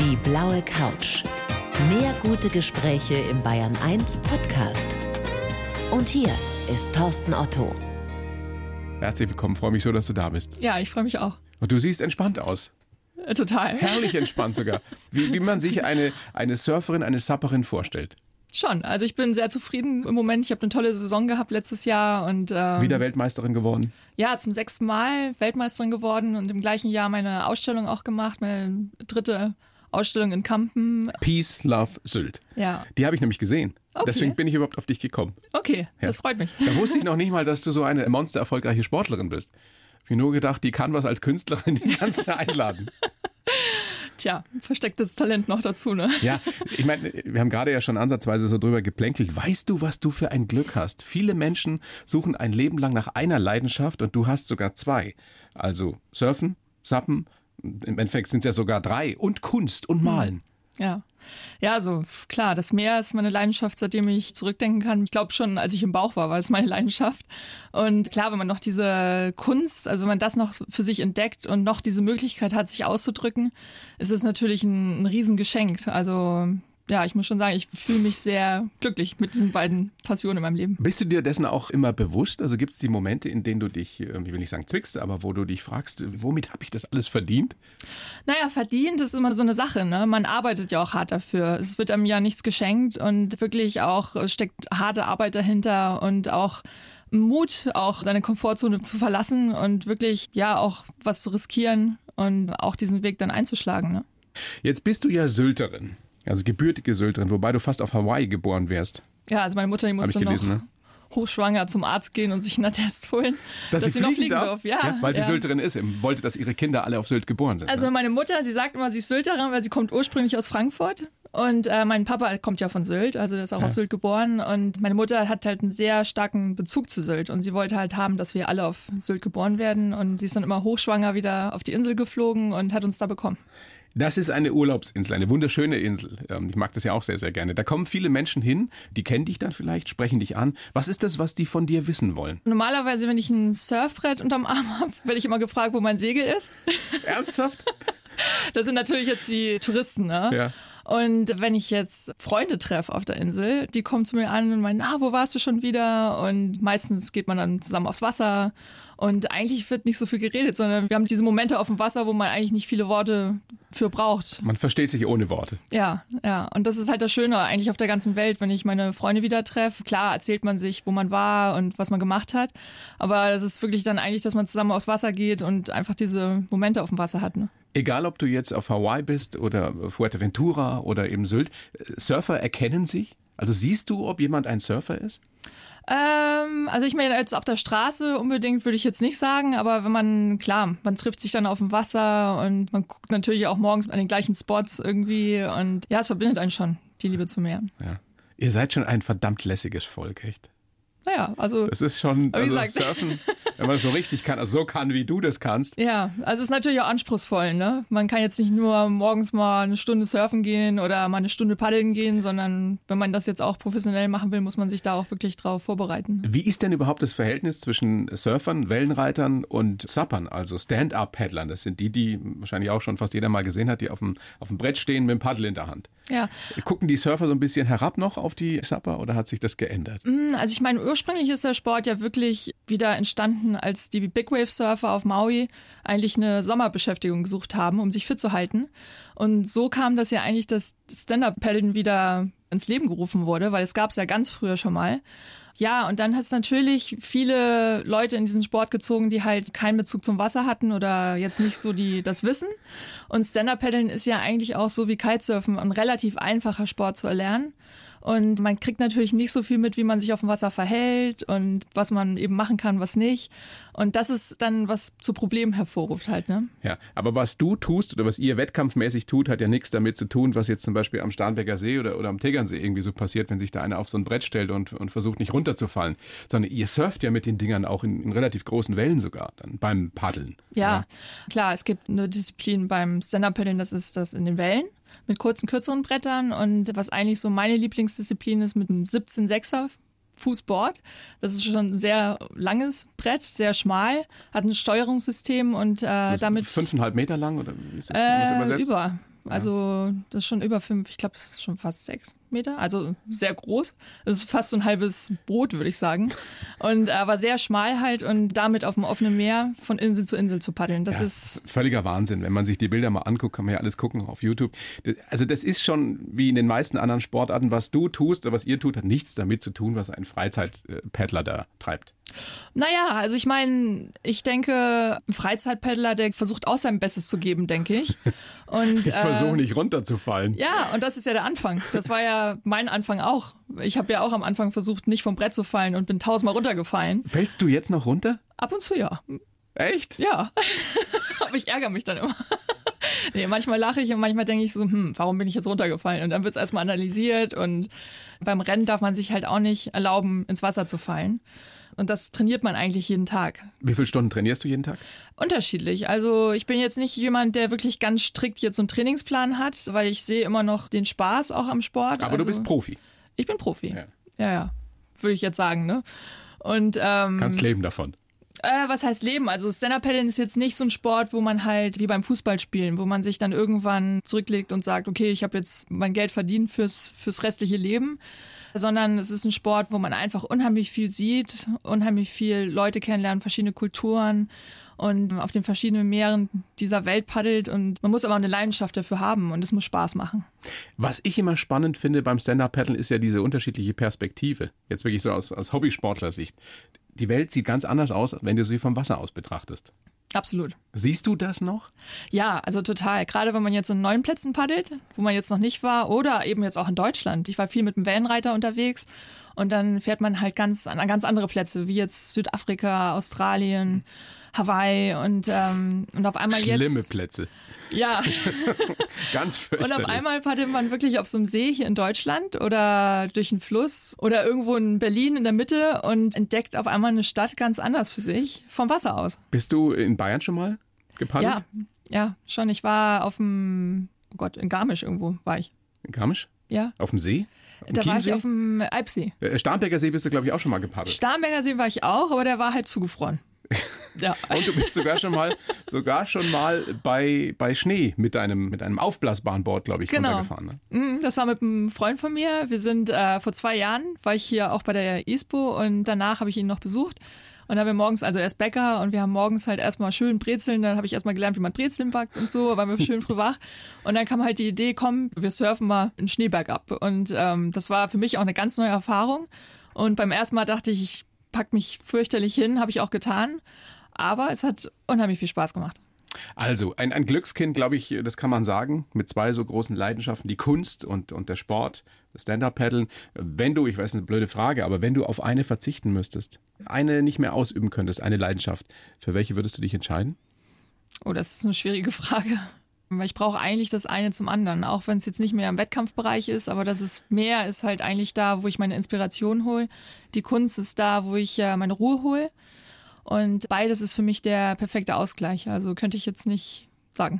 Die blaue Couch. Mehr gute Gespräche im Bayern 1 Podcast. Und hier ist Thorsten Otto. Herzlich willkommen, freue mich so, dass du da bist. Ja, ich freue mich auch. Und du siehst entspannt aus. Total. Herrlich entspannt sogar. Wie man sich eine Surferin, eine Supperin vorstellt. Schon, also ich bin sehr zufrieden im Moment. Ich habe eine tolle Saison gehabt letztes Jahr. Und wieder Weltmeisterin geworden? Ja, zum 6. Mal Weltmeisterin geworden und im gleichen Jahr meine Ausstellung auch gemacht, meine 3. Ausstellung in Kampen. Peace, Love, Sylt. Ja. Die habe ich nämlich gesehen. Okay. Deswegen bin ich überhaupt auf dich gekommen. Okay, ja. Das freut mich. Da wusste ich noch nicht mal, dass du so eine monstererfolgreiche Sportlerin bist. Ich habe mir nur gedacht, die kann was als Künstlerin, die kannst du einladen. Tja, verstecktes Talent noch dazu, ne? Ja, ich meine, wir haben gerade ja schon ansatzweise so drüber geplänkelt. Weißt du, was du für ein Glück hast? Viele Menschen suchen ein Leben lang nach einer Leidenschaft und du hast sogar 2. Also Surfen, Suppen, im Endeffekt sind es ja sogar 3 und Kunst und Malen. Ja, also klar, das Meer ist meine Leidenschaft, seitdem ich zurückdenken kann. Ich glaube schon, als ich im Bauch war es meine Leidenschaft. Und klar, wenn man noch diese Kunst, also wenn man das noch für sich entdeckt und noch diese Möglichkeit hat, sich auszudrücken, ist es natürlich ein Riesengeschenk. Also ja, ich muss schon sagen, ich fühle mich sehr glücklich mit diesen beiden Passionen in meinem Leben. Bist du dir dessen auch immer bewusst? Also gibt es die Momente, in denen du dich, ich will nicht sagen zwickst, aber wo du dich fragst, womit habe ich das alles verdient? Naja, verdient ist immer so eine Sache, ne? Man arbeitet ja auch hart dafür. Es wird einem ja nichts geschenkt und wirklich auch steckt harte Arbeit dahinter und auch Mut, auch seine Komfortzone zu verlassen und wirklich ja auch was zu riskieren und auch diesen Weg dann einzuschlagen, ne? Jetzt bist du ja Sylterin. Also gebürtige Sylterin, wobei du fast auf Hawaii geboren wärst. Ja, also meine Mutter, die musste gelesen, noch hochschwanger zum Arzt gehen und sich einen Attest holen, dass sie noch fliegen darf. Ja, weil sie Sylterin ist, wollte, dass ihre Kinder alle auf Sylt geboren sind. Also meine Mutter, sie sagt immer, sie ist Sylterin, weil sie kommt ursprünglich aus Frankfurt. Und mein Papa kommt ja von Sylt, also der ist auch auf Sylt geboren. Und meine Mutter hat halt einen sehr starken Bezug zu Sylt. Und sie wollte halt haben, dass wir alle auf Sylt geboren werden. Und sie ist dann immer hochschwanger wieder auf die Insel geflogen und hat uns da bekommen. Das ist eine Urlaubsinsel, eine wunderschöne Insel. Ich mag das ja auch sehr, sehr gerne. Da kommen viele Menschen hin, die kennen dich dann vielleicht, sprechen dich an. Was ist das, was die von dir wissen wollen? Normalerweise, wenn ich ein Surfbrett unterm Arm habe, werde ich immer gefragt, wo mein Segel ist. Ernsthaft? Das sind natürlich jetzt die Touristen, ne? Ja. Und wenn ich jetzt Freunde treffe auf der Insel, die kommen zu mir an und meinen, wo warst du schon wieder? Und meistens geht man dann zusammen aufs Wasser. Und eigentlich wird nicht so viel geredet, sondern wir haben diese Momente auf dem Wasser, wo man eigentlich nicht viele Worte für braucht. Man versteht sich ohne Worte. Ja. Und das ist halt das Schöne eigentlich auf der ganzen Welt, wenn ich meine Freunde wieder treffe. Klar erzählt man sich, wo man war und was man gemacht hat. Aber das ist wirklich dann eigentlich, dass man zusammen aufs Wasser geht und einfach diese Momente auf dem Wasser hat, ne? Egal, ob du jetzt auf Hawaii bist oder Fuerteventura oder eben Sylt, Surfer erkennen sich? Also siehst du, ob jemand ein Surfer ist? Also ich meine, jetzt auf der Straße unbedingt würde ich jetzt nicht sagen, aber wenn man trifft sich dann auf dem Wasser und man guckt natürlich auch morgens an den gleichen Spots irgendwie und ja, es verbindet einen schon, die Liebe zum Meer. Ja. Ihr seid schon ein verdammt lässiges Volk, echt? Naja, also... Das ist schon, also gesagt, Surfen, wenn man das so richtig kann, also so kann, wie du das kannst. Ja, also es ist natürlich auch anspruchsvoll, ne? Man kann jetzt nicht nur morgens mal eine Stunde surfen gehen oder mal eine Stunde paddeln gehen, sondern wenn man das jetzt auch professionell machen will, muss man sich da auch wirklich drauf vorbereiten. Wie ist denn überhaupt das Verhältnis zwischen Surfern, Wellenreitern und Suppern, also Stand-Up-Paddlern? Das sind die wahrscheinlich auch schon fast jeder mal gesehen hat, die auf dem Brett stehen mit dem Paddel in der Hand. Ja. Gucken die Surfer so ein bisschen herab noch auf die Supper oder hat sich das geändert? Also ich meine, ursprünglich ist der Sport ja wirklich wieder entstanden, als die Big Wave Surfer auf Maui eigentlich eine Sommerbeschäftigung gesucht haben, um sich fit zu halten. Und so kam das ja eigentlich, dass Stand-Up-Paddeln wieder ins Leben gerufen wurde, weil es gab es ja ganz früher schon mal. Ja, und dann hat es natürlich viele Leute in diesen Sport gezogen, die halt keinen Bezug zum Wasser hatten oder jetzt nicht so das Wissen. Und Stand-Up-Paddeln ist ja eigentlich auch so wie Kitesurfen ein relativ einfacher Sport zu erlernen. Und man kriegt natürlich nicht so viel mit, wie man sich auf dem Wasser verhält und was man eben machen kann, was nicht. Und das ist dann, was zu Problemen hervorruft halt, ne? Ja, aber was du tust oder was ihr wettkampfmäßig tut, hat ja nichts damit zu tun, was jetzt zum Beispiel am Starnberger See oder am Tegernsee irgendwie so passiert, wenn sich da einer auf so ein Brett stellt und versucht nicht runterzufallen. Sondern ihr surft ja mit den Dingern auch in relativ großen Wellen sogar dann beim Paddeln. Ja, klar, es gibt eine Disziplin beim Stand-Up-Paddeln, das ist das in den Wellen. Mit kürzeren Brettern und was eigentlich so meine Lieblingsdisziplin ist, mit einem 17,6er Fußboard. Das ist schon ein sehr langes Brett, sehr schmal, hat ein Steuerungssystem und ist das damit... 5,5 Meter lang oder wie ist das übersetzt? Über Also das ist schon über 5, ich glaube, das ist schon fast 6 Meter, also sehr groß. Das ist fast so ein halbes Boot, würde ich sagen. Und aber sehr schmal halt und damit auf dem offenen Meer von Insel zu paddeln. Das ist völliger Wahnsinn. Wenn man sich die Bilder mal anguckt, kann man ja alles gucken auf YouTube. Also das ist schon wie in den meisten anderen Sportarten, was du tust oder was ihr tut, hat nichts damit zu tun, was ein Freizeitpaddler da treibt. Naja, also ich meine, ich denke, ein Freizeitpaddler, der versucht auch sein Bestes zu geben, denke ich. Und, ich versuche nicht runterzufallen. Ja, und das ist ja der Anfang. Das war ja mein Anfang auch. Ich habe ja auch am Anfang versucht, nicht vom Brett zu fallen und bin 1000-mal runtergefallen. Fällst du jetzt noch runter? Ab und zu ja. Echt? Ja. Aber ich ärgere mich dann immer. Nee, manchmal lache ich und manchmal denke ich so, warum bin ich jetzt runtergefallen? Und dann wird es erstmal analysiert und beim Rennen darf man sich halt auch nicht erlauben, ins Wasser zu fallen. Und das trainiert man eigentlich jeden Tag. Wie viele Stunden trainierst du jeden Tag? Unterschiedlich. Also ich bin jetzt nicht jemand, der wirklich ganz strikt jetzt so einen Trainingsplan hat, weil ich sehe immer noch den Spaß auch am Sport. Aber du bist Profi. Ich bin Profi. Ja. Würde ich jetzt sagen, ne? Und kannst leben davon. Was heißt leben? Also Stand-Up-Paddeln ist jetzt nicht so ein Sport, wo man halt wie beim Fußballspielen, wo man sich dann irgendwann zurücklegt und sagt, okay, ich habe jetzt mein Geld verdient fürs restliche Leben. Sondern es ist ein Sport, wo man einfach unheimlich viel sieht, unheimlich viel Leute kennenlernt, verschiedene Kulturen und auf den verschiedenen Meeren dieser Welt paddelt. Und man muss aber auch eine Leidenschaft dafür haben und es muss Spaß machen. Was ich immer spannend finde beim Stand-Up-Paddeln ist ja diese unterschiedliche Perspektive. Jetzt wirklich so aus Hobbysportler-Sicht. Die Welt sieht ganz anders aus, wenn du sie vom Wasser aus betrachtest. Absolut. Siehst du das noch? Ja, also total. Gerade wenn man jetzt in neuen Plätzen paddelt, wo man jetzt noch nicht war, oder eben jetzt auch in Deutschland. Ich war viel mit dem Wellenreiter unterwegs und dann fährt man halt an ganz andere Plätze, wie jetzt Südafrika, Australien, Hawaii und auf einmal jetzt... Schlimme Plätze. Ja. Ganz fürchterlich. Und auf einmal paddelt man wirklich auf so einem See hier in Deutschland oder durch einen Fluss oder irgendwo in Berlin in der Mitte und entdeckt auf einmal eine Stadt ganz anders für sich, vom Wasser aus. Bist du in Bayern schon mal gepaddelt? Ja, schon. Ich war in Garmisch irgendwo war ich. In Garmisch? Ja. Auf dem See? Da war ich auf dem Alpsee. Starnberger See bist du, glaube ich, auch schon mal gepaddelt. Starnberger See war ich auch, aber der war halt zugefroren. Ja. Und du bist sogar schon mal bei Schnee mit einem aufblasbaren Board, glaube ich, runtergefahren. Ne? Das war mit einem Freund von mir. Wir sind vor 2 Jahren, war ich hier auch bei der ISPO und danach habe ich ihn noch besucht. Und dann haben wir morgens, also er ist Bäcker und wir haben morgens halt erstmal schön Brezeln, dann habe ich erstmal gelernt, wie man Brezeln backt und so, waren wir schön früh wach. Und dann kam halt die Idee, komm, wir surfen mal einen Schneeberg ab. Und das war für mich auch eine ganz neue Erfahrung. Und beim ersten Mal dachte ich pack mich fürchterlich hin, habe ich auch getan. Aber es hat unheimlich viel Spaß gemacht. Also, ein Glückskind, glaube ich, das kann man sagen, mit 2 so großen Leidenschaften, die Kunst und der Sport, das Stand-Up-Paddeln. Wenn du, ich weiß, eine blöde Frage, aber wenn du auf eine verzichten müsstest, eine nicht mehr ausüben könntest, eine Leidenschaft, für welche würdest du dich entscheiden? Oh, das ist eine schwierige Frage. Weil ich brauche eigentlich das eine zum anderen, auch wenn es jetzt nicht mehr im Wettkampfbereich ist, aber Meer ist halt eigentlich da, wo ich meine Inspiration hole. Die Kunst ist da, wo ich meine Ruhe hole. Und beides ist für mich der perfekte Ausgleich. Also könnte ich jetzt nicht sagen.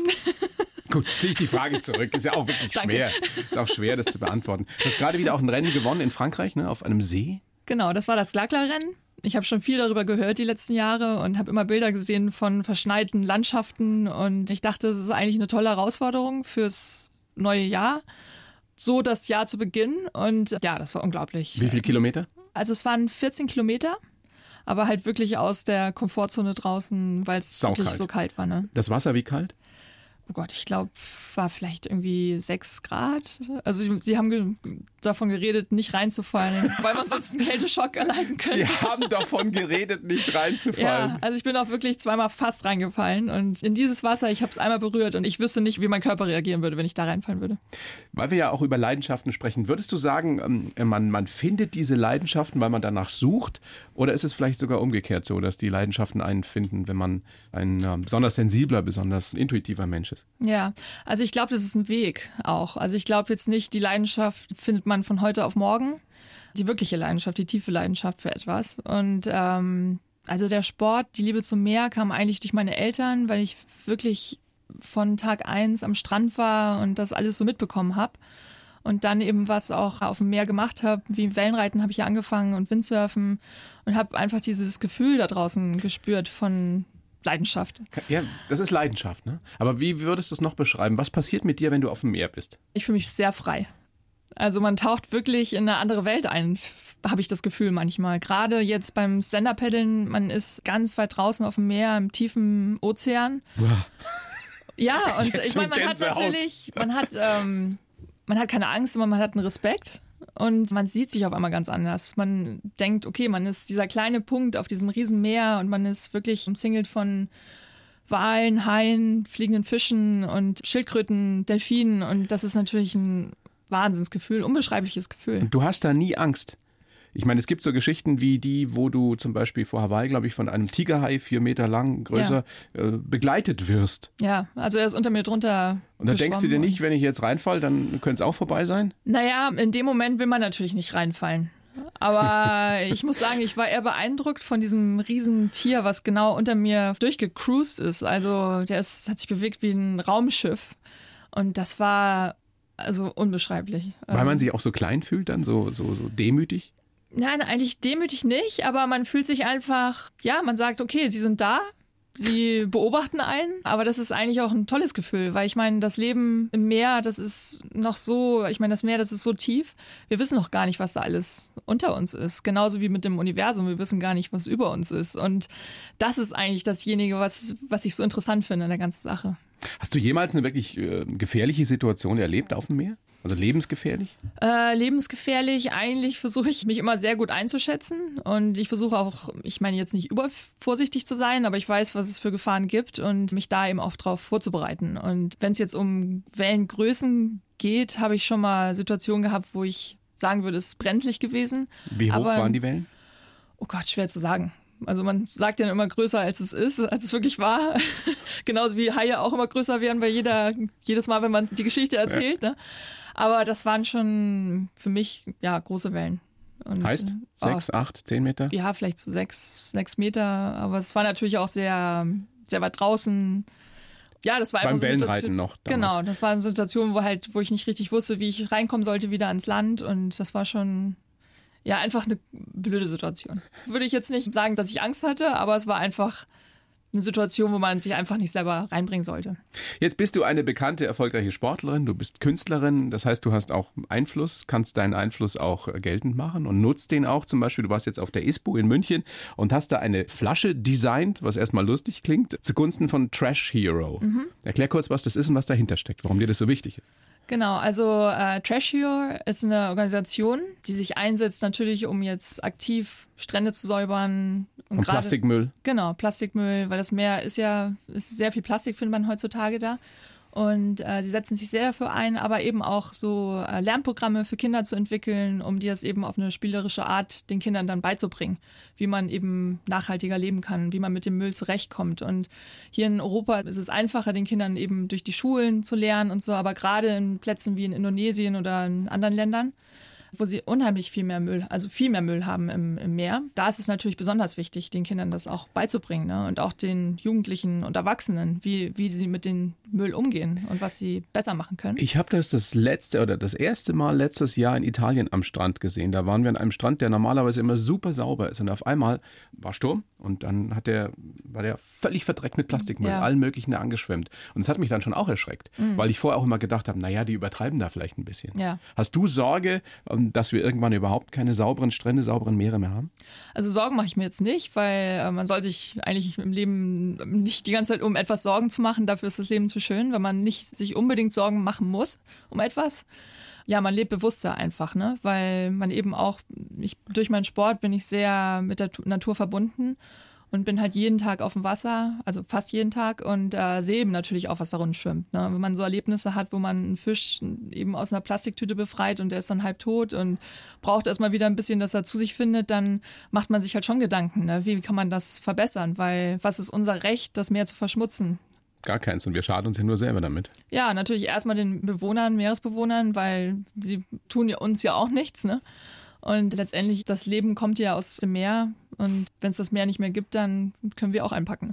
Gut, ziehe ich die Frage zurück. Ist ja auch wirklich schwer. Ist auch schwer, das zu beantworten. Du hast gerade wieder auch ein Rennen gewonnen in Frankreich, ne, auf einem See. Genau, das war das Glagla-Rennen. Ich habe schon viel darüber gehört die letzten Jahre und habe immer Bilder gesehen von verschneiten Landschaften. Und ich dachte, das ist eigentlich eine tolle Herausforderung fürs neue Jahr. So das Jahr zu beginnen. Und ja, das war unglaublich. Wie viele Kilometer? Also es waren 14 Kilometer. Aber halt wirklich aus der Komfortzone draußen, weil es wirklich so kalt war. Ne? Das Wasser wie kalt? Oh Gott, ich glaube, war vielleicht irgendwie 6 Grad. Also sie haben davon geredet, nicht reinzufallen, weil man sonst einen Kälteschock erleiden könnte. Sie haben davon geredet, nicht reinzufallen. Ja, also ich bin auch wirklich 2-mal fast reingefallen. Und in dieses Wasser, ich habe es einmal berührt und ich wüsste nicht, wie mein Körper reagieren würde, wenn ich da reinfallen würde. Weil wir ja auch über Leidenschaften sprechen, würdest du sagen, man findet diese Leidenschaften, weil man danach sucht? Oder ist es vielleicht sogar umgekehrt so, dass die Leidenschaften einen finden, wenn man ein besonders sensibler, besonders intuitiver Mensch ist? Ja, also ich glaube, das ist ein Weg auch. Also ich glaube jetzt nicht, die Leidenschaft findet man von heute auf morgen. Die wirkliche Leidenschaft, die tiefe Leidenschaft für etwas. Und also der Sport, die Liebe zum Meer kam eigentlich durch meine Eltern, weil ich wirklich von Tag 1 am Strand war und das alles so mitbekommen habe. Und dann eben was auch auf dem Meer gemacht habe, wie Wellenreiten habe ich ja angefangen und Windsurfen und habe einfach dieses Gefühl da draußen gespürt von Leidenschaft. Ja, das ist Leidenschaft, ne? Aber wie würdest du es noch beschreiben? Was passiert mit dir, wenn du auf dem Meer bist? Ich fühle mich sehr frei. Also man taucht wirklich in eine andere Welt ein, habe ich das Gefühl manchmal. Gerade jetzt beim Stand-Up-Paddeln, man ist ganz weit draußen auf dem Meer, im tiefen Ozean. Wow. Ja, und Jetzt ich meine, man schon hat Gänsehaut. natürlich, man hat keine Angst, aber man hat einen Respekt. Und man sieht sich auf einmal ganz anders. Man denkt, okay, man ist dieser kleine Punkt auf diesem riesen Meer und man ist wirklich umzingelt von Walen, Haien, fliegenden Fischen und Schildkröten, Delfinen. Und das ist natürlich ein Wahnsinnsgefühl, unbeschreibliches Gefühl. Und du hast da nie Angst. Ich meine, es gibt so Geschichten wie die, wo du zum Beispiel vor Hawaii, glaube ich, von einem Tigerhai 4 Meter lang, größer, begleitet wirst. Ja, also er ist unter mir drunter. Und da denkst du dir nicht, wenn ich jetzt reinfall, dann könnte es auch vorbei sein? Naja, in dem Moment will man natürlich nicht reinfallen. Aber ich muss sagen, ich war eher beeindruckt von diesem riesen Tier, was genau unter mir durchgecruised ist. Also hat sich bewegt wie ein Raumschiff. Und das war also unbeschreiblich. Weil man sich auch so klein fühlt dann, so demütig? Nein, eigentlich demütig nicht, aber man fühlt sich einfach, ja, man sagt, okay, sie sind da, sie beobachten einen, aber das ist eigentlich auch ein tolles Gefühl, weil ich meine, das Leben im Meer, das ist noch so, ich meine, das Meer, das ist so tief, wir wissen noch gar nicht, was da alles unter uns ist, genauso wie mit dem Universum, wir wissen gar nicht, was über uns ist und das ist eigentlich dasjenige, was ich so interessant finde an der ganzen Sache. Hast du jemals eine wirklich gefährliche Situation erlebt auf dem Meer? Also lebensgefährlich? Lebensgefährlich. Eigentlich versuche ich mich immer sehr gut einzuschätzen und ich versuche auch, ich meine jetzt nicht übervorsichtig zu sein, aber ich weiß, was es für Gefahren gibt und mich da eben auch drauf vorzubereiten. Und wenn es jetzt um Wellengrößen geht, habe ich schon mal Situationen gehabt, wo ich sagen würde, es ist brenzlig gewesen. Wie hoch waren die Wellen? Oh Gott, schwer zu sagen. Also man sagt ja immer größer, als es ist, als es wirklich war. Genauso wie Haie auch immer größer werden bei jedes Mal, wenn man die Geschichte erzählt. Ja. Ne? Aber das waren schon für mich ja große Wellen. Und, heißt 6, 8, 10 Meter? Ja, vielleicht so 6 Meter. Aber es war natürlich auch sehr, sehr weit draußen. Ja, das war einfach beim so eine Wellenreiten Situation, noch. Damals. Genau, das war eine Situation, wo ich nicht richtig wusste, wie ich reinkommen sollte wieder ans Land. Und das war schon ja einfach eine blöde Situation. Würde ich jetzt nicht sagen, dass ich Angst hatte, aber es war einfach eine Situation, wo man sich einfach nicht selber reinbringen sollte. Jetzt bist du eine bekannte, erfolgreiche Sportlerin, du bist Künstlerin, das heißt, du hast auch Einfluss, kannst deinen Einfluss auch geltend machen und nutzt den auch. Zum Beispiel, du warst jetzt auf der ISPO in München und hast da eine Flasche designt, was erstmal lustig klingt, zugunsten von Trash Hero. Erklär kurz, was das ist und was dahinter steckt, warum dir das so wichtig ist. Genau, also Trash Hero ist eine Organisation, die sich einsetzt natürlich, um jetzt aktiv Strände zu säubern. Und Plastikmüll. Genau, Plastikmüll, weil das Meer ist sehr viel Plastik, findet man heutzutage da. Und die setzen sich sehr dafür ein, aber eben auch so Lernprogramme für Kinder zu entwickeln, um die das eben auf eine spielerische Art den Kindern dann beizubringen, wie man eben nachhaltiger leben kann, wie man mit dem Müll zurechtkommt. Und hier in Europa ist es einfacher, den Kindern eben durch die Schulen zu lernen und so, aber gerade in Plätzen wie in Indonesien oder in anderen Ländern, wo sie unheimlich viel mehr Müll haben im Meer. Da ist es natürlich besonders wichtig, den Kindern das auch beizubringen, ne? Und auch den Jugendlichen und Erwachsenen, wie sie mit dem Müll umgehen und was sie besser machen können. Ich habe das erste Mal letztes Jahr in Italien am Strand gesehen. Da waren wir an einem Strand, der normalerweise immer super sauber ist. Und auf einmal war Sturm und dann war der völlig verdreckt mit Plastikmüll, allen möglichen angeschwemmt. Und das hat mich dann schon auch erschreckt, weil ich vorher auch immer gedacht habe, naja, die übertreiben da vielleicht ein bisschen. Ja. Hast du Sorge, dass wir irgendwann überhaupt keine sauberen Strände, sauberen Meere mehr haben? Also Sorgen mache ich mir jetzt nicht, weil man soll sich eigentlich im Leben nicht die ganze Zeit um etwas Sorgen zu machen. Dafür ist das Leben zu schön, wenn man nicht sich unbedingt Sorgen machen muss um etwas. Ja, man lebt bewusster einfach, ne? Weil man eben auch, durch meinen Sport bin ich sehr mit der Natur verbunden und bin halt jeden Tag auf dem Wasser, also fast jeden Tag und sehe eben natürlich auch, was da rund schwimmt. Ne? Wenn man so Erlebnisse hat, wo man einen Fisch eben aus einer Plastiktüte befreit und der ist dann halb tot und braucht erstmal wieder ein bisschen, dass er zu sich findet, dann macht man sich halt schon Gedanken, ne? Wie kann man das verbessern? Weil was ist unser Recht, das Meer zu verschmutzen? Gar keins und wir schaden uns ja nur selber damit. Ja, natürlich erstmal den Meeresbewohnern, weil sie tun uns ja auch nichts, ne? Und letztendlich, das Leben kommt ja aus dem Meer und wenn es das Meer nicht mehr gibt, dann können wir auch einpacken.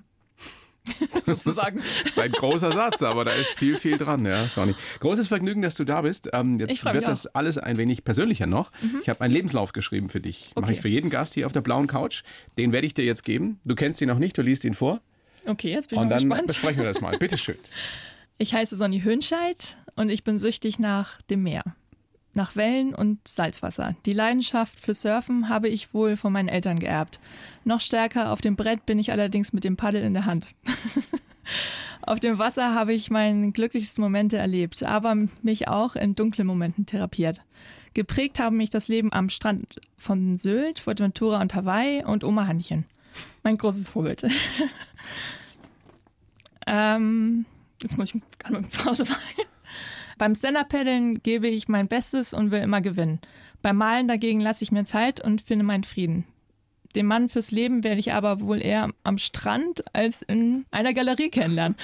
Das ist ein großer Satz, aber da ist viel, viel dran. Ja, Sonny. Großes Vergnügen, dass du da bist. Jetzt wird das alles ein wenig persönlicher noch. Ich habe einen Lebenslauf geschrieben für dich. Okay. Mache ich für jeden Gast hier auf der blauen Couch. Den werde ich dir jetzt geben. Du kennst ihn noch nicht, du liest ihn vor. Okay, jetzt bin ich Und mal dann gespannt. besprechen wir das mal. Bitteschön. Ich heiße Sonny Höhnscheid und ich bin süchtig nach dem Meer, nach Wellen und Salzwasser. Die Leidenschaft für Surfen habe ich wohl von meinen Eltern geerbt. Noch stärker auf dem Brett bin ich allerdings mit dem Paddel in der Hand. Auf dem Wasser habe ich meine glücklichsten Momente erlebt, aber mich auch in dunklen Momenten therapiert. Geprägt haben mich das Leben am Strand von Sylt, Fuerteventura und Hawaii und Oma Hannchen. Mein großes Vorbild. Jetzt muss ich gerade eine Pause machen. Beim Stand-Up-Paddeln gebe ich mein Bestes und will immer gewinnen. Beim Malen dagegen lasse ich mir Zeit und finde meinen Frieden. Den Mann fürs Leben werde ich aber wohl eher am Strand als in einer Galerie kennenlernen.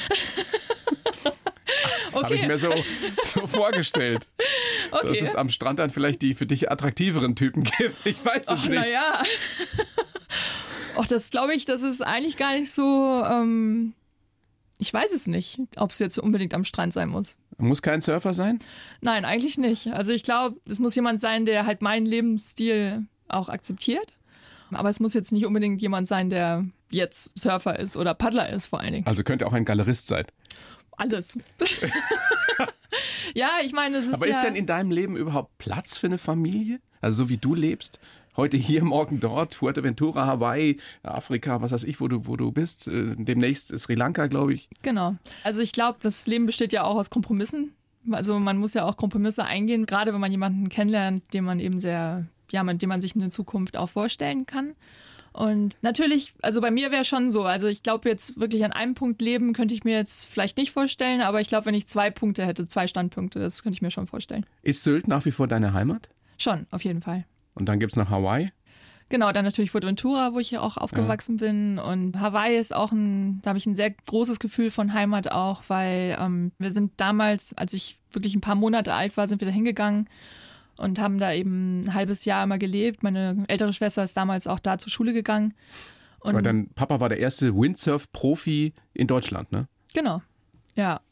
Okay. Habe ich mir so vorgestellt. Okay. Dass es am Strand dann vielleicht die für dich attraktiveren Typen gibt. Ich weiß es nicht. Naja. Och, das glaube ich, das ist eigentlich gar nicht so. Ich weiß es nicht, ob es jetzt unbedingt am Strand sein muss. Muss kein Surfer sein? Nein, eigentlich nicht. Also ich glaube, es muss jemand sein, der halt meinen Lebensstil auch akzeptiert. Aber es muss jetzt nicht unbedingt jemand sein, der jetzt Surfer ist oder Paddler ist vor allen Dingen. Also könnte auch ein Galerist sein. Alles. Ja, ich meine, es ist Aber ist denn in deinem Leben überhaupt Platz für eine Familie? Also so wie du lebst? Heute hier, morgen dort, Fuerteventura, Hawaii, Afrika, was weiß ich, wo du bist. Demnächst Sri Lanka, glaube ich. Genau. Also ich glaube, das Leben besteht ja auch aus Kompromissen. Also man muss ja auch Kompromisse eingehen, gerade wenn man jemanden kennenlernt, den man eben mit dem man sich eine Zukunft auch vorstellen kann. Und natürlich, also bei mir wäre schon so, also ich glaube jetzt wirklich an einem Punkt leben könnte ich mir jetzt vielleicht nicht vorstellen, aber ich glaube, wenn ich 2 Punkte hätte, 2 Standpunkte, das könnte ich mir schon vorstellen. Ist Sylt nach wie vor deine Heimat? Schon, auf jeden Fall. Und dann gibt es noch Hawaii? Genau, dann natürlich Fuerteventura, wo ich ja auch aufgewachsen bin. Und Hawaii ist auch da habe ich ein sehr großes Gefühl von Heimat auch, weil wir sind damals, als ich wirklich ein paar Monate alt war, sind wir da hingegangen und haben da eben ein halbes Jahr immer gelebt. Meine ältere Schwester ist damals auch da zur Schule gegangen. Und Aber dein Papa war der erste Windsurf-Profi in Deutschland, ne? Genau, ja.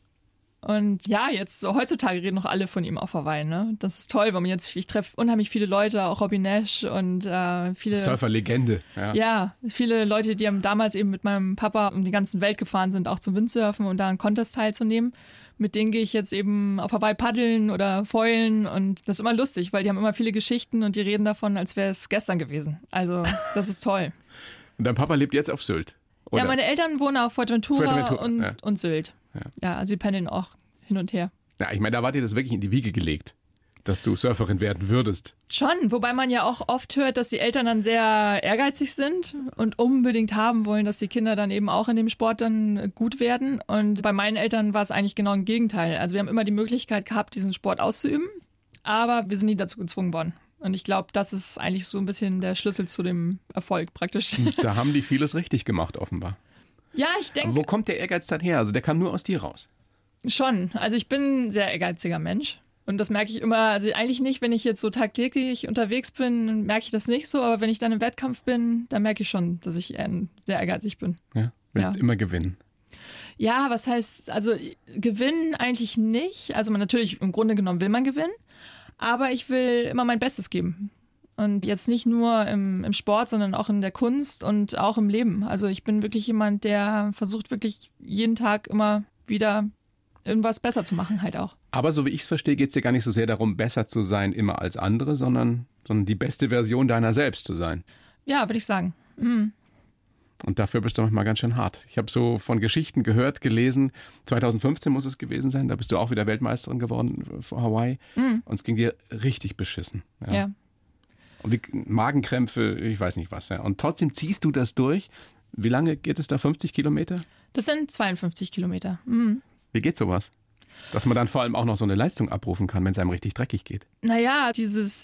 Und ja, jetzt so heutzutage reden noch alle von ihm auf Hawaii, ne? Das ist toll, weil ich treffe unheimlich viele Leute, auch Robby Nash und viele Surfer-Legende. Ja, viele Leute, die damals eben mit meinem Papa um die ganze Welt gefahren sind, auch zum Windsurfen und da einen Contest teilzunehmen. Mit denen gehe ich jetzt eben auf Hawaii paddeln oder foilen und das ist immer lustig, weil die haben immer viele Geschichten und die reden davon, als wäre es gestern gewesen. Also das ist toll. Und dein Papa lebt jetzt auf Sylt? Oder? Ja, meine Eltern wohnen auf Fuerteventura und Sylt. Ja, also sie pendeln auch hin und her. Ja, ich meine, da war dir das wirklich in die Wiege gelegt, dass du Surferin werden würdest. Schon, wobei man ja auch oft hört, dass die Eltern dann sehr ehrgeizig sind und unbedingt haben wollen, dass die Kinder dann eben auch in dem Sport dann gut werden. Und bei meinen Eltern war es eigentlich genau im Gegenteil. Also wir haben immer die Möglichkeit gehabt, diesen Sport auszuüben, aber wir sind nie dazu gezwungen worden. Und ich glaube, das ist eigentlich so ein bisschen der Schlüssel zu dem Erfolg praktisch. Da haben die vieles richtig gemacht, offenbar. Ja, ich denke. Wo kommt der Ehrgeiz dann her? Also der kam nur aus dir raus. Schon. Also ich bin ein sehr ehrgeiziger Mensch. Und das merke ich immer, also eigentlich nicht, wenn ich jetzt so tagtäglich unterwegs bin, merke ich das nicht so. Aber wenn ich dann im Wettkampf bin, dann merke ich schon, dass ich sehr ehrgeizig bin. Ja, willst immer gewinnen. Ja, was heißt, also gewinnen eigentlich nicht. Also natürlich, im Grunde genommen will man gewinnen. Aber ich will immer mein Bestes geben. Und jetzt nicht nur im Sport, sondern auch in der Kunst und auch im Leben. Also ich bin wirklich jemand, der versucht wirklich jeden Tag immer wieder irgendwas besser zu machen halt auch. Aber so wie ich es verstehe, geht es dir gar nicht so sehr darum, besser zu sein immer als andere, sondern die beste Version deiner selbst zu sein. Ja, würde ich sagen. Mhm. Und dafür bist du manchmal ganz schön hart. Ich habe so von Geschichten gehört, gelesen, 2015 muss es gewesen sein, da bist du auch wieder Weltmeisterin geworden vor Hawaii. Und es ging dir richtig beschissen. Ja. Und Magenkrämpfe, ich weiß nicht was. Ja. Und trotzdem ziehst du das durch. Wie lange geht es da? 50 Kilometer? Das sind 52 Kilometer. Mhm. Wie geht sowas? Dass man dann vor allem auch noch so eine Leistung abrufen kann, wenn es einem richtig dreckig geht. Naja, dieses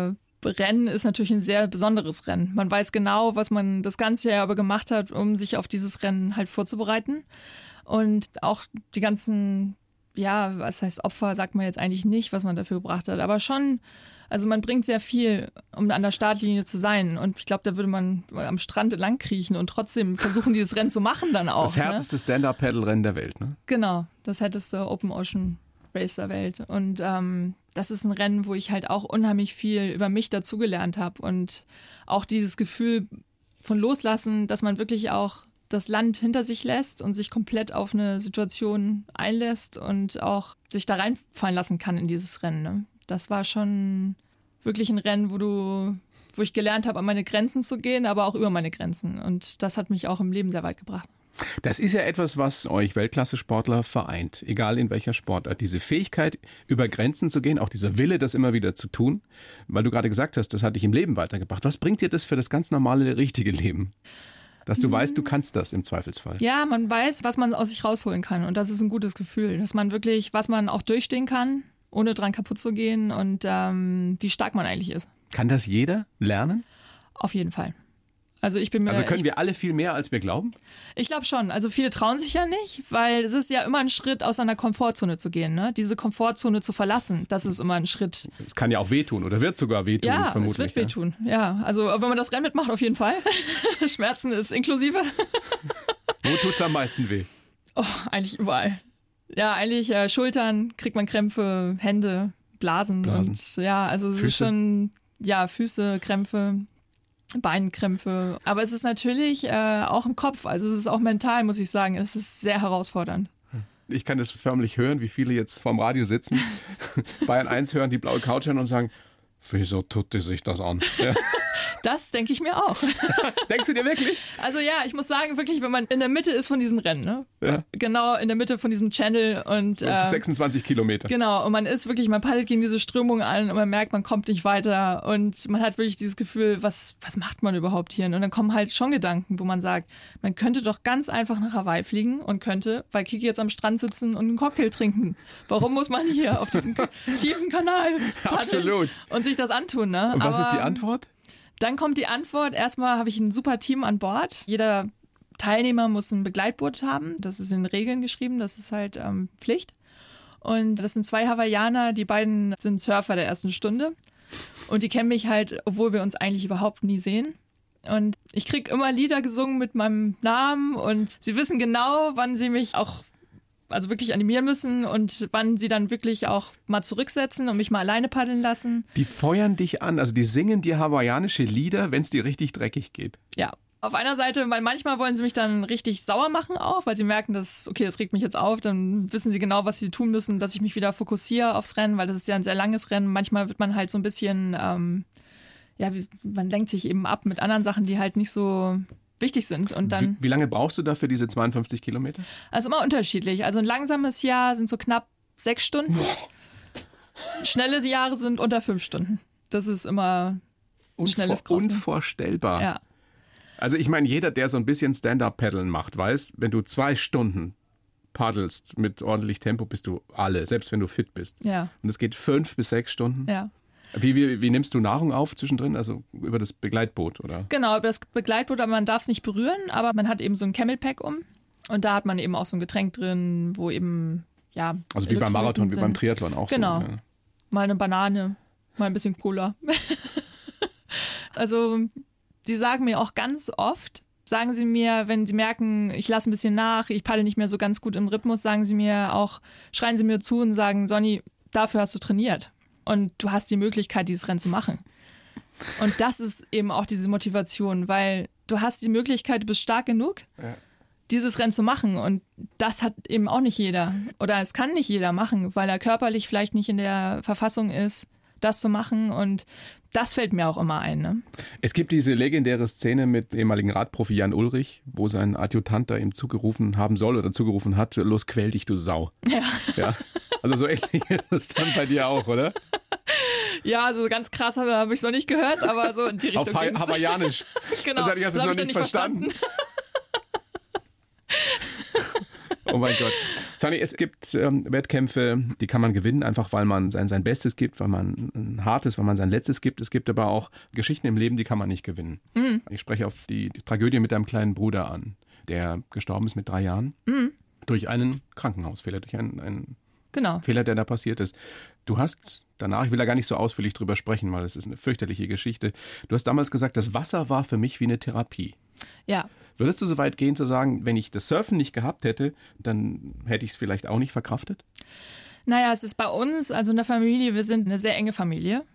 Rennen ist natürlich ein sehr besonderes Rennen. Man weiß genau, was man das ganze Jahr über gemacht hat, um sich auf dieses Rennen halt vorzubereiten. Und auch die ganzen, ja, was heißt Opfer, sagt man jetzt eigentlich nicht, was man dafür gebracht hat. Aber schon, also man bringt sehr viel, um an der Startlinie zu sein. Und ich glaube, da würde man am Strand entlang kriechen und trotzdem versuchen, dieses Rennen zu machen dann auch. Das härteste Stand-Up-Paddle-Rennen der Welt, ne? Genau, das härteste Open Ocean Race der Welt. Und das ist ein Rennen, wo ich halt auch unheimlich viel über mich dazugelernt habe. Und auch dieses Gefühl von Loslassen, dass man wirklich auch das Land hinter sich lässt und sich komplett auf eine Situation einlässt und auch sich da reinfallen lassen kann in dieses Rennen. Ne? Das war schon wirklich ein Rennen, wo ich gelernt habe, an meine Grenzen zu gehen, aber auch über meine Grenzen. Und das hat mich auch im Leben sehr weit gebracht. Das ist ja etwas, was euch Weltklasse-Sportler vereint, egal in welcher Sportart. Diese Fähigkeit, über Grenzen zu gehen, auch dieser Wille, das immer wieder zu tun, weil du gerade gesagt hast, das hat dich im Leben weitergebracht. Was bringt dir das für das ganz normale, richtige Leben? Dass du weißt, du kannst das im Zweifelsfall. Ja, man weiß, was man aus sich rausholen kann. Und das ist ein gutes Gefühl, dass man wirklich, was man auch durchstehen kann, ohne dran kaputt zu gehen und wie stark man eigentlich ist. Kann das jeder lernen? Auf jeden Fall. Also können wir alle viel mehr, als wir glauben? Ich glaube schon. Also viele trauen sich ja nicht, weil es ist ja immer ein Schritt, aus einer Komfortzone zu gehen. Ne? Diese Komfortzone zu verlassen, das ist immer ein Schritt. Es kann ja auch wehtun oder wird sogar wehtun, ja, vermutlich. Ja, es wird wehtun. Ja, also wenn man das Rennen mitmacht, auf jeden Fall. Schmerzen ist inklusive. Wo tut's am meisten weh? Oh, eigentlich überall. Ja, eigentlich Schultern, kriegt man Krämpfe, Hände, Blasen. Und ja, also es ist schon, Füße, Krämpfe. Beinkrämpfe. Aber es ist natürlich auch im Kopf, also es ist auch mental, muss ich sagen. Es ist sehr herausfordernd. Ich kann das förmlich hören, wie viele jetzt vorm Radio sitzen, Bayern 1 hören, die blaue Couch hören und sagen, wieso tut die sich das an? Ja. Das denke ich mir auch. Denkst du dir wirklich? Also ja, ich muss sagen, wirklich, wenn man in der Mitte ist von diesem Rennen, ne? Ja. Genau in der Mitte von diesem Channel und 26 Kilometer. Genau, und man ist wirklich, man paddelt gegen diese Strömung an und man merkt, man kommt nicht weiter und man hat wirklich dieses Gefühl, was macht man überhaupt hier? Und dann kommen halt schon Gedanken, wo man sagt, man könnte doch ganz einfach nach Hawaii fliegen und könnte bei Kiki jetzt am Strand sitzen und einen Cocktail trinken. Warum muss man hier auf diesem tiefen Kanal paddeln Absolut. Und sich das antun? Ne? Und was ist die Antwort? Dann kommt die Antwort, erstmal habe ich ein super Team an Bord. Jeder Teilnehmer muss ein Begleitboot haben. Das ist in Regeln geschrieben, das ist halt Pflicht. Und das sind 2 Hawaiianer, die beiden sind Surfer der ersten Stunde. Und die kennen mich halt, obwohl wir uns eigentlich überhaupt nie sehen. Und ich kriege immer Lieder gesungen mit meinem Namen und sie wissen genau, wann sie mich auch wirklich animieren müssen und wann sie dann wirklich auch mal zurücksetzen und mich mal alleine paddeln lassen. Die feuern dich an, also die singen dir hawaiianische Lieder, wenn es dir richtig dreckig geht. Ja, auf einer Seite, weil manchmal wollen sie mich dann richtig sauer machen auch, weil sie merken, dass, okay, das regt mich jetzt auf, dann wissen sie genau, was sie tun müssen, dass ich mich wieder fokussiere aufs Rennen, weil das ist ja ein sehr langes Rennen. Manchmal wird man halt so ein bisschen, man lenkt sich eben ab mit anderen Sachen, die halt nicht so wichtig sind. Und dann, wie lange brauchst du dafür diese 52 Kilometer? Also immer unterschiedlich. Also ein langsames Jahr sind so knapp 6 Stunden. Schnelle Jahre sind unter 5 Stunden. Das ist immer ein schnelles Crossen. Unvorstellbar. Ja. Also ich meine, jeder, der so ein bisschen Stand-Up-Paddeln macht, weiß, wenn du 2 Stunden paddelst mit ordentlich Tempo, bist du alle, selbst wenn du fit bist. Ja. Und es geht 5 bis 6 Stunden. Ja. Wie nimmst du Nahrung auf zwischendrin? Also über das Begleitboot, oder? Genau, über das Begleitboot, aber man darf es nicht berühren, aber man hat eben so ein Camelpack um und da hat man eben auch so ein Getränk drin, wo eben, also wie beim Marathon, wie beim Triathlon auch genau. so. Genau, mal eine Banane, mal ein bisschen Cola. Also, die sagen mir auch ganz oft, sagen sie mir, wenn sie merken, ich lasse ein bisschen nach, ich paddle nicht mehr so ganz gut im Rhythmus, sagen sie mir auch, schreien sie mir zu und sagen, Sonny, dafür hast du trainiert. Und du hast die Möglichkeit, dieses Rennen zu machen. Und das ist eben auch diese Motivation, weil du hast die Möglichkeit, du bist stark genug, dieses Rennen zu machen. Und das hat eben auch nicht jeder. Oder es kann nicht jeder machen, weil er körperlich vielleicht nicht in der Verfassung ist, das zu machen. Und das fällt mir auch immer ein. Ne? Es gibt diese legendäre Szene mit dem ehemaligen Radprofi Jan Ullrich, wo sein Adjutant da ihm zugerufen haben soll oder zugerufen hat, los quäl dich, du Sau. Ja. Also so ähnlich ist es dann bei dir auch, oder? Ja, also ganz krass habe ich es noch nicht gehört, aber so in die Richtung. Auf hawaiianisch. Genau. Wahrscheinlich hast du es noch nicht verstanden. Oh mein Gott. Sonny, es gibt Wettkämpfe, die kann man gewinnen, einfach weil man sein Bestes gibt, weil man ein hartes, weil man sein Letztes gibt. Es gibt aber auch Geschichten im Leben, die kann man nicht gewinnen. Mhm. Ich spreche auf die Tragödie mit deinem kleinen Bruder an, der gestorben ist mit 3 Jahren durch einen Krankenhausfehler, durch einen Fehler, der da passiert ist. Du hast danach, ich will da gar nicht so ausführlich drüber sprechen, weil es ist eine fürchterliche Geschichte. Du hast damals gesagt, das Wasser war für mich wie eine Therapie. Ja. Würdest du so weit gehen zu sagen, wenn ich das Surfen nicht gehabt hätte, dann hätte ich es vielleicht auch nicht verkraftet? Naja, es ist bei uns, also in der Familie, wir sind eine sehr enge Familie,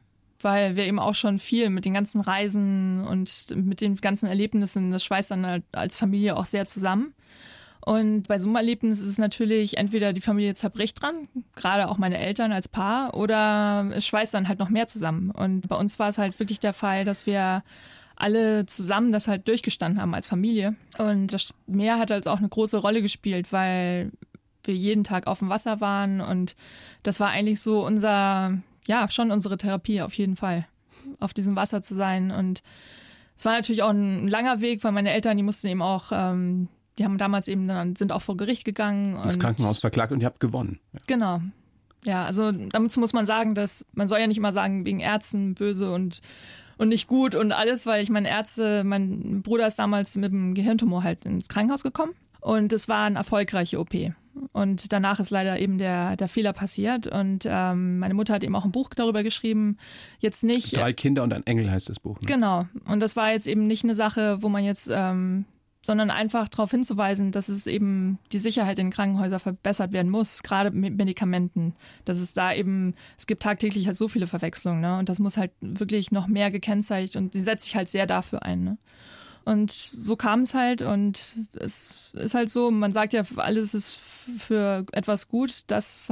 weil wir eben auch schon viel mit den ganzen Reisen und mit den ganzen Erlebnissen, das schweißt dann halt als Familie auch sehr zusammen. Und bei so einem Erlebnis ist es natürlich entweder die Familie zerbricht dran, gerade auch meine Eltern als Paar, oder es schweißt dann halt noch mehr zusammen. Und bei uns war es halt wirklich der Fall, dass wir alle zusammen das halt durchgestanden haben als Familie. Und das Meer hat halt auch eine große Rolle gespielt, weil wir jeden Tag auf dem Wasser waren. Und das war eigentlich so schon unsere Therapie auf jeden Fall, auf diesem Wasser zu sein. Und es war natürlich auch ein langer Weg, weil meine Eltern, die mussten eben auch, die haben damals sind auch vor Gericht gegangen. Das Krankenhaus verklagt und ihr habt gewonnen. Ja. Genau. Ja, also dazu muss man sagen, dass man soll ja nicht immer sagen, wegen Ärzten böse und nicht gut und alles, weil ich mein Bruder ist damals mit einem Gehirntumor halt ins Krankenhaus gekommen und es war eine erfolgreiche OP. Und danach ist leider eben der Fehler passiert und meine Mutter hat eben auch ein Buch darüber geschrieben. Jetzt nicht 3 Kinder und ein Engel heißt das Buch. Ne? Genau. Und das war jetzt eben nicht eine Sache, wo man jetzt sondern einfach darauf hinzuweisen, dass es eben die Sicherheit in Krankenhäusern verbessert werden muss, gerade mit Medikamenten. Dass es gibt tagtäglich halt so viele Verwechslungen, ne? Und das muss halt wirklich noch mehr gekennzeichnet und die setzt sich halt sehr dafür ein, ne? Und so kam es halt und es ist halt so, man sagt ja, alles ist für etwas gut, das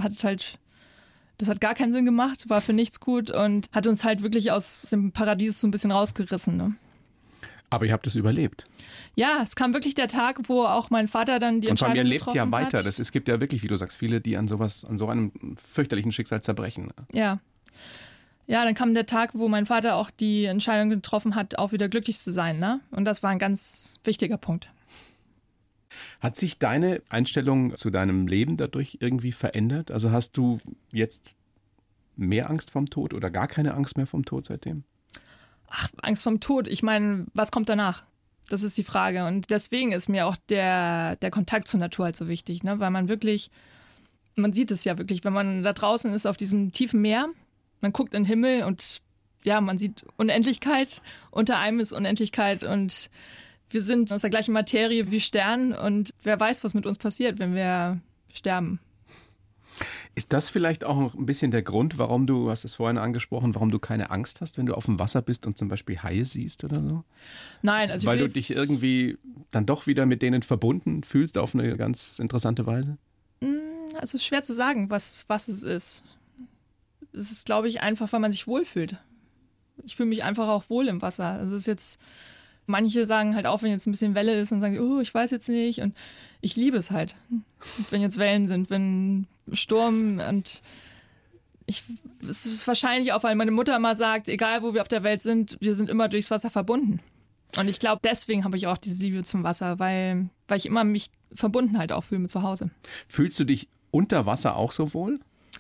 hat gar keinen Sinn gemacht, war für nichts gut und hat uns halt wirklich aus dem Paradies so ein bisschen rausgerissen, ne? Aber ihr habt es überlebt. Ja, es kam wirklich der Tag, wo auch mein Vater dann die Entscheidung getroffen hat. Und vor allem, ihr lebt ja weiter. Es gibt ja wirklich, wie du sagst, viele, die an so einem fürchterlichen Schicksal zerbrechen. Ja. Ja, dann kam der Tag, wo mein Vater auch die Entscheidung getroffen hat, auch wieder glücklich zu sein, ne? Und das war ein ganz wichtiger Punkt. Hat sich deine Einstellung zu deinem Leben dadurch irgendwie verändert? Also hast du jetzt mehr Angst vorm Tod oder gar keine Angst mehr vorm Tod seitdem? Ach, Angst vorm Tod. Ich meine, was kommt danach? Das ist die Frage. Und deswegen ist mir auch der Kontakt zur Natur halt so wichtig, ne? Weil man sieht es ja wirklich, wenn man da draußen ist auf diesem tiefen Meer, man guckt in den Himmel und ja, man sieht Unendlichkeit. Unter einem ist Unendlichkeit und wir sind aus der gleichen Materie wie Stern und wer weiß, was mit uns passiert, wenn wir sterben. Ist das vielleicht auch ein bisschen der Grund, warum du hast es vorhin angesprochen, warum du keine Angst hast, wenn du auf dem Wasser bist und zum Beispiel Haie siehst oder so? Nein, also weil du dich irgendwie dann doch wieder mit denen verbunden fühlst auf eine ganz interessante Weise? Also es ist schwer zu sagen, was es ist. Es ist, glaube ich, einfach, weil man sich wohlfühlt. Ich fühle mich einfach auch wohl im Wasser. Also es ist jetzt, manche sagen halt auch, wenn jetzt ein bisschen Welle ist, dann sagen die, oh, ich weiß jetzt nicht. Und ich liebe es halt, wenn jetzt Wellen sind, wenn Sturm und es ist wahrscheinlich auch, weil meine Mutter immer sagt, egal wo wir auf der Welt sind, wir sind immer durchs Wasser verbunden. Und ich glaube, deswegen habe ich auch diese Liebe zum Wasser, weil ich immer mich verbunden halt auch fühle mit zu Hause. Fühlst du dich unter Wasser auch so wohl?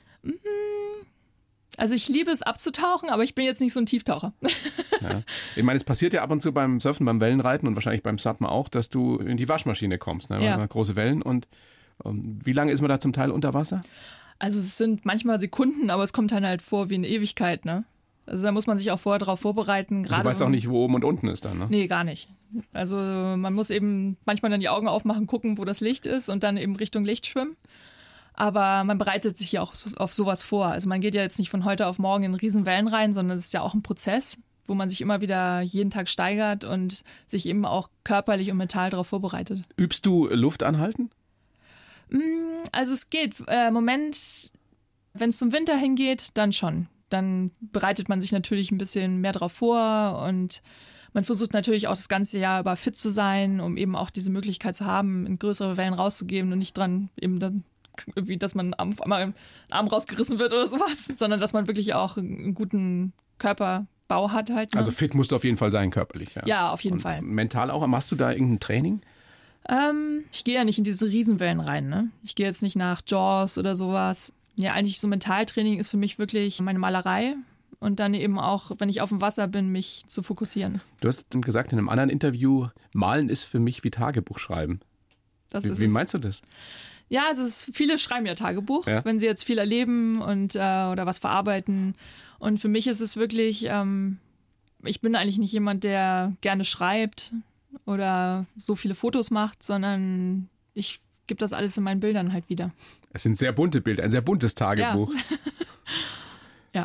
Also ich liebe es abzutauchen, aber ich bin jetzt nicht so ein Tieftaucher. Ja. Ich meine, es passiert ja ab und zu beim Surfen, beim Wellenreiten und wahrscheinlich beim Suppen auch, dass du in die Waschmaschine kommst, ne? Ja. Große Wellen. Und wie lange ist man da zum Teil unter Wasser? Also es sind manchmal Sekunden, aber es kommt dann halt vor wie eine Ewigkeit, ne? Also da muss man sich auch vorher darauf vorbereiten. Du weißt auch nicht, wo oben und unten ist dann, ne? Nee, gar nicht. Also man muss eben manchmal dann die Augen aufmachen, gucken, wo das Licht ist und dann eben Richtung Licht schwimmen. Aber man bereitet sich ja auch auf sowas vor. Also man geht ja jetzt nicht von heute auf morgen in riesen Wellen rein, sondern es ist ja auch ein Prozess, wo man sich immer wieder jeden Tag steigert und sich eben auch körperlich und mental darauf vorbereitet. Übst du Luft anhalten? Also es geht. Im Moment, wenn es zum Winter hingeht, dann schon. Dann bereitet man sich natürlich ein bisschen mehr drauf vor und man versucht natürlich auch das ganze Jahr über fit zu sein, um eben auch diese Möglichkeit zu haben, in größere Wellen rauszugeben und nicht dran eben dann irgendwie, dass man auf einmal einen Arm rausgerissen wird oder sowas, sondern dass man wirklich auch einen guten Körperbau hat halt. Ne? Also fit musst du auf jeden Fall sein, körperlich. Ja, ja, auf jeden Fall. Mental auch. Machst du da irgendein Training? Ich gehe ja nicht in diese Riesenwellen rein, ne? Ich gehe jetzt nicht nach Jaws oder sowas. Ja, eigentlich so Mentaltraining ist für mich wirklich meine Malerei und dann eben auch, wenn ich auf dem Wasser bin, mich zu fokussieren. Du hast gesagt in einem anderen Interview, Malen ist für mich wie Tagebuch schreiben. Wie meinst du das? Ja, also viele schreiben ja Tagebuch, ja, wenn sie jetzt viel erleben und oder was verarbeiten. Und für mich ist es wirklich, ich bin eigentlich nicht jemand, der gerne schreibt oder so viele Fotos macht, sondern ich gebe das alles in meinen Bildern halt wieder. Es sind sehr bunte Bilder, ein sehr buntes Tagebuch. Ja. Ja,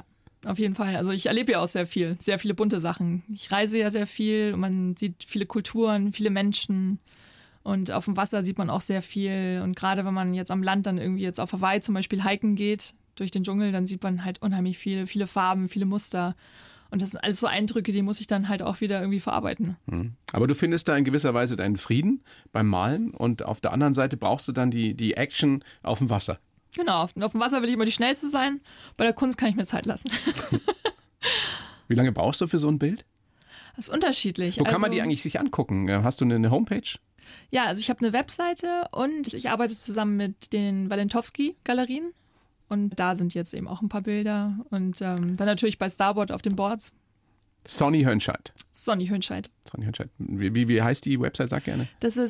auf jeden Fall. Also ich erlebe ja auch sehr viele bunte Sachen. Ich reise ja sehr viel und man sieht viele Kulturen, viele Menschen. Und auf dem Wasser sieht man auch sehr viel. Und gerade wenn man jetzt am Land dann irgendwie jetzt auf Hawaii zum Beispiel hiken geht, durch den Dschungel, dann sieht man halt unheimlich viele Farben, viele Muster. Und das sind alles so Eindrücke, die muss ich dann halt auch wieder irgendwie verarbeiten. Aber du findest da in gewisser Weise deinen Frieden beim Malen und auf der anderen Seite brauchst du dann die Action auf dem Wasser. Genau, auf dem Wasser will ich immer die Schnellste sein. Bei der Kunst kann ich mir Zeit lassen. Wie lange brauchst du für so ein Bild? Das ist unterschiedlich. Wo kann man die eigentlich sich angucken? Hast du eine Homepage? Ja, also ich habe eine Webseite und ich arbeite zusammen mit den Walentowski-Galerien. Und da sind jetzt eben auch ein paar Bilder. Und dann natürlich bei Starboard auf den Boards. Sonny Hönscheid. Sonny Hönscheid. Wie heißt die Website? Sag gerne. Das ist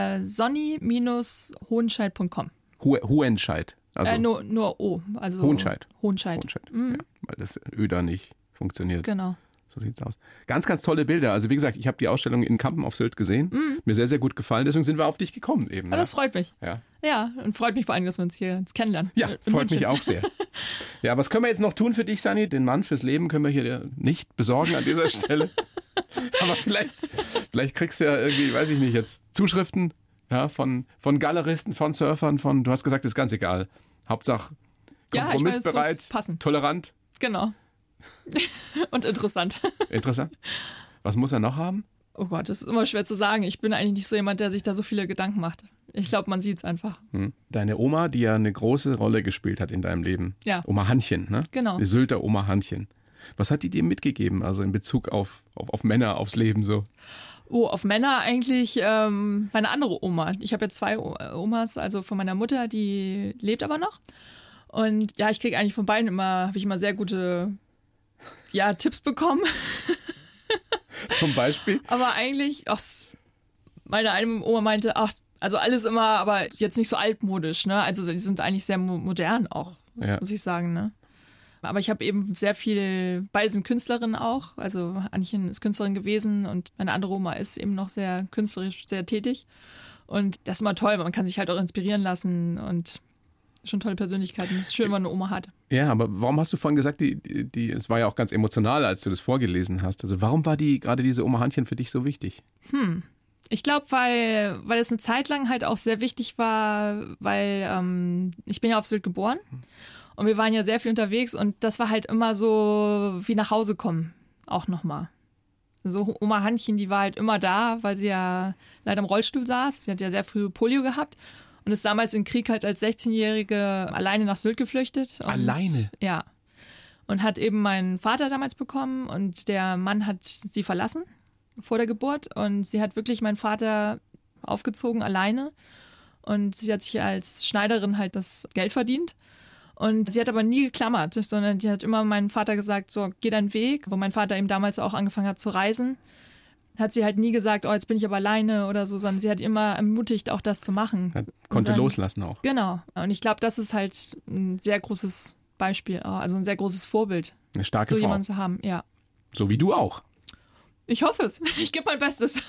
sonny-hohenscheid.com. Hohenscheid. Also nur O. Also Hohenscheid. Hohenscheid. Ja, weil das Ö da nicht funktioniert. Genau. So sieht's aus. Ganz, ganz tolle Bilder. Also wie gesagt, ich habe die Ausstellung in Kampen auf Sylt gesehen. Mir sehr, sehr gut gefallen. Deswegen sind wir auf dich gekommen eben. Aber das freut mich. Ja. Ja, und freut mich vor allem, dass wir uns hier jetzt kennenlernen. Ja, freut mich auch sehr. Ja, was können wir jetzt noch tun für dich, Sunny? Den Mann fürs Leben können wir hier nicht besorgen an dieser Stelle. Aber vielleicht kriegst du ja irgendwie, weiß ich nicht, jetzt Zuschriften, ja, von Galeristen, von Surfern, du hast gesagt, ist ganz egal. Hauptsache kompromissbereit, tolerant. Genau. Und interessant. Interessant. Was muss er noch haben? Oh Gott, das ist immer schwer zu sagen. Ich bin eigentlich nicht so jemand, der sich da so viele Gedanken macht. Ich glaube, man sieht es einfach. Deine Oma, die ja eine große Rolle gespielt hat in deinem Leben. Ja. Oma Hannchen, ne? Genau. Die Sylter Oma Hannchen. Was hat die dir mitgegeben, also in Bezug auf Männer, aufs Leben so? Oh, auf Männer eigentlich meine andere Oma. Ich habe ja 2 Omas, also von meiner Mutter, die lebt aber noch. Und ja, ich kriege eigentlich von beiden habe ich immer sehr gute Tipps bekommen. Zum Beispiel? Aber eigentlich, meine eine Oma meinte, also alles immer, aber jetzt nicht so altmodisch, ne? Also die sind eigentlich sehr modern auch, muss ich sagen, ne? Aber ich habe eben sehr viel, beide sind Künstlerinnen auch, also Annchen ist Künstlerin gewesen und meine andere Oma ist eben noch sehr künstlerisch, sehr tätig. Und das ist immer toll, weil man kann sich halt auch inspirieren lassen und schon tolle Persönlichkeiten. Es ist schön, wenn man eine Oma hat. Ja, aber warum hast du vorhin gesagt, es war ja auch ganz emotional, als du das vorgelesen hast. Also warum war gerade diese Oma Hannchen für dich so wichtig? Ich glaube, weil es eine Zeit lang halt auch sehr wichtig war, weil ich bin ja auf Sylt geboren und wir waren ja sehr viel unterwegs und das war halt immer so wie nach Hause kommen, auch nochmal. So Oma Hannchen, die war halt immer da, weil sie ja leider im Rollstuhl saß. Sie hat ja sehr früh Polio gehabt. Und ist damals im Krieg halt als 16-Jährige alleine nach Sylt geflüchtet. Alleine? Ja. Und hat eben meinen Vater damals bekommen und der Mann hat sie verlassen vor der Geburt. Und sie hat wirklich meinen Vater aufgezogen alleine. Und sie hat sich als Schneiderin halt das Geld verdient. Und sie hat aber nie geklammert, sondern die hat immer meinem Vater gesagt, so, geh deinen Weg. Wo mein Vater eben damals auch angefangen hat zu reisen, hat sie halt nie gesagt, jetzt bin ich aber alleine oder so, sondern sie hat immer ermutigt, auch das zu machen. Konnte loslassen auch. Genau. Und ich glaube, das ist halt ein sehr großes Beispiel, also ein sehr großes Vorbild. Eine starke so Frau. Jemanden zu haben, ja. So wie du auch. Ich hoffe es. Ich gebe mein Bestes.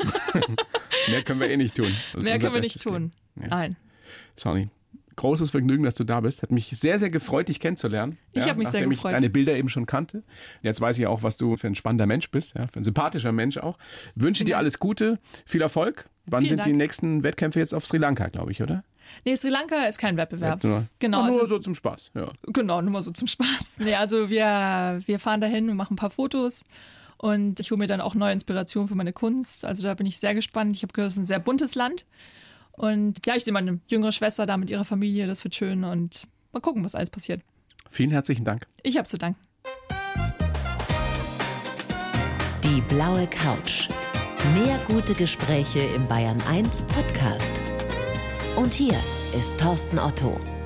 Mehr können wir eh nicht tun. Mehr können wir nicht tun. Ja. Nein. Sonny, großes Vergnügen, dass du da bist. Hat mich sehr, sehr gefreut, dich kennenzulernen. Ich habe mich sehr gefreut. Nachdem ich deine Bilder eben schon kannte. Jetzt weiß ich auch, was du für ein spannender Mensch bist, für ein sympathischer Mensch auch. Wünsche dir alles Gute, viel Erfolg. Wann sind die nächsten Wettkämpfe jetzt auf Sri Lanka, glaube ich, oder? Nee, Sri Lanka ist kein Wettbewerb. Genau, nur so zum Spaß. Ja. Genau, nur mal so zum Spaß. Nee, also wir fahren dahin und machen ein paar Fotos. Und ich hole mir dann auch neue Inspiration für meine Kunst. Also da bin ich sehr gespannt. Ich habe gehört, es ist ein sehr buntes Land. Und ja, ich sehe meine jüngere Schwester da mit ihrer Familie. Das wird schön. Und mal gucken, was alles passiert. Vielen herzlichen Dank. Ich habe zu danken. Die blaue Couch. Mehr gute Gespräche im Bayern 1 Podcast. Und hier ist Thorsten Otto.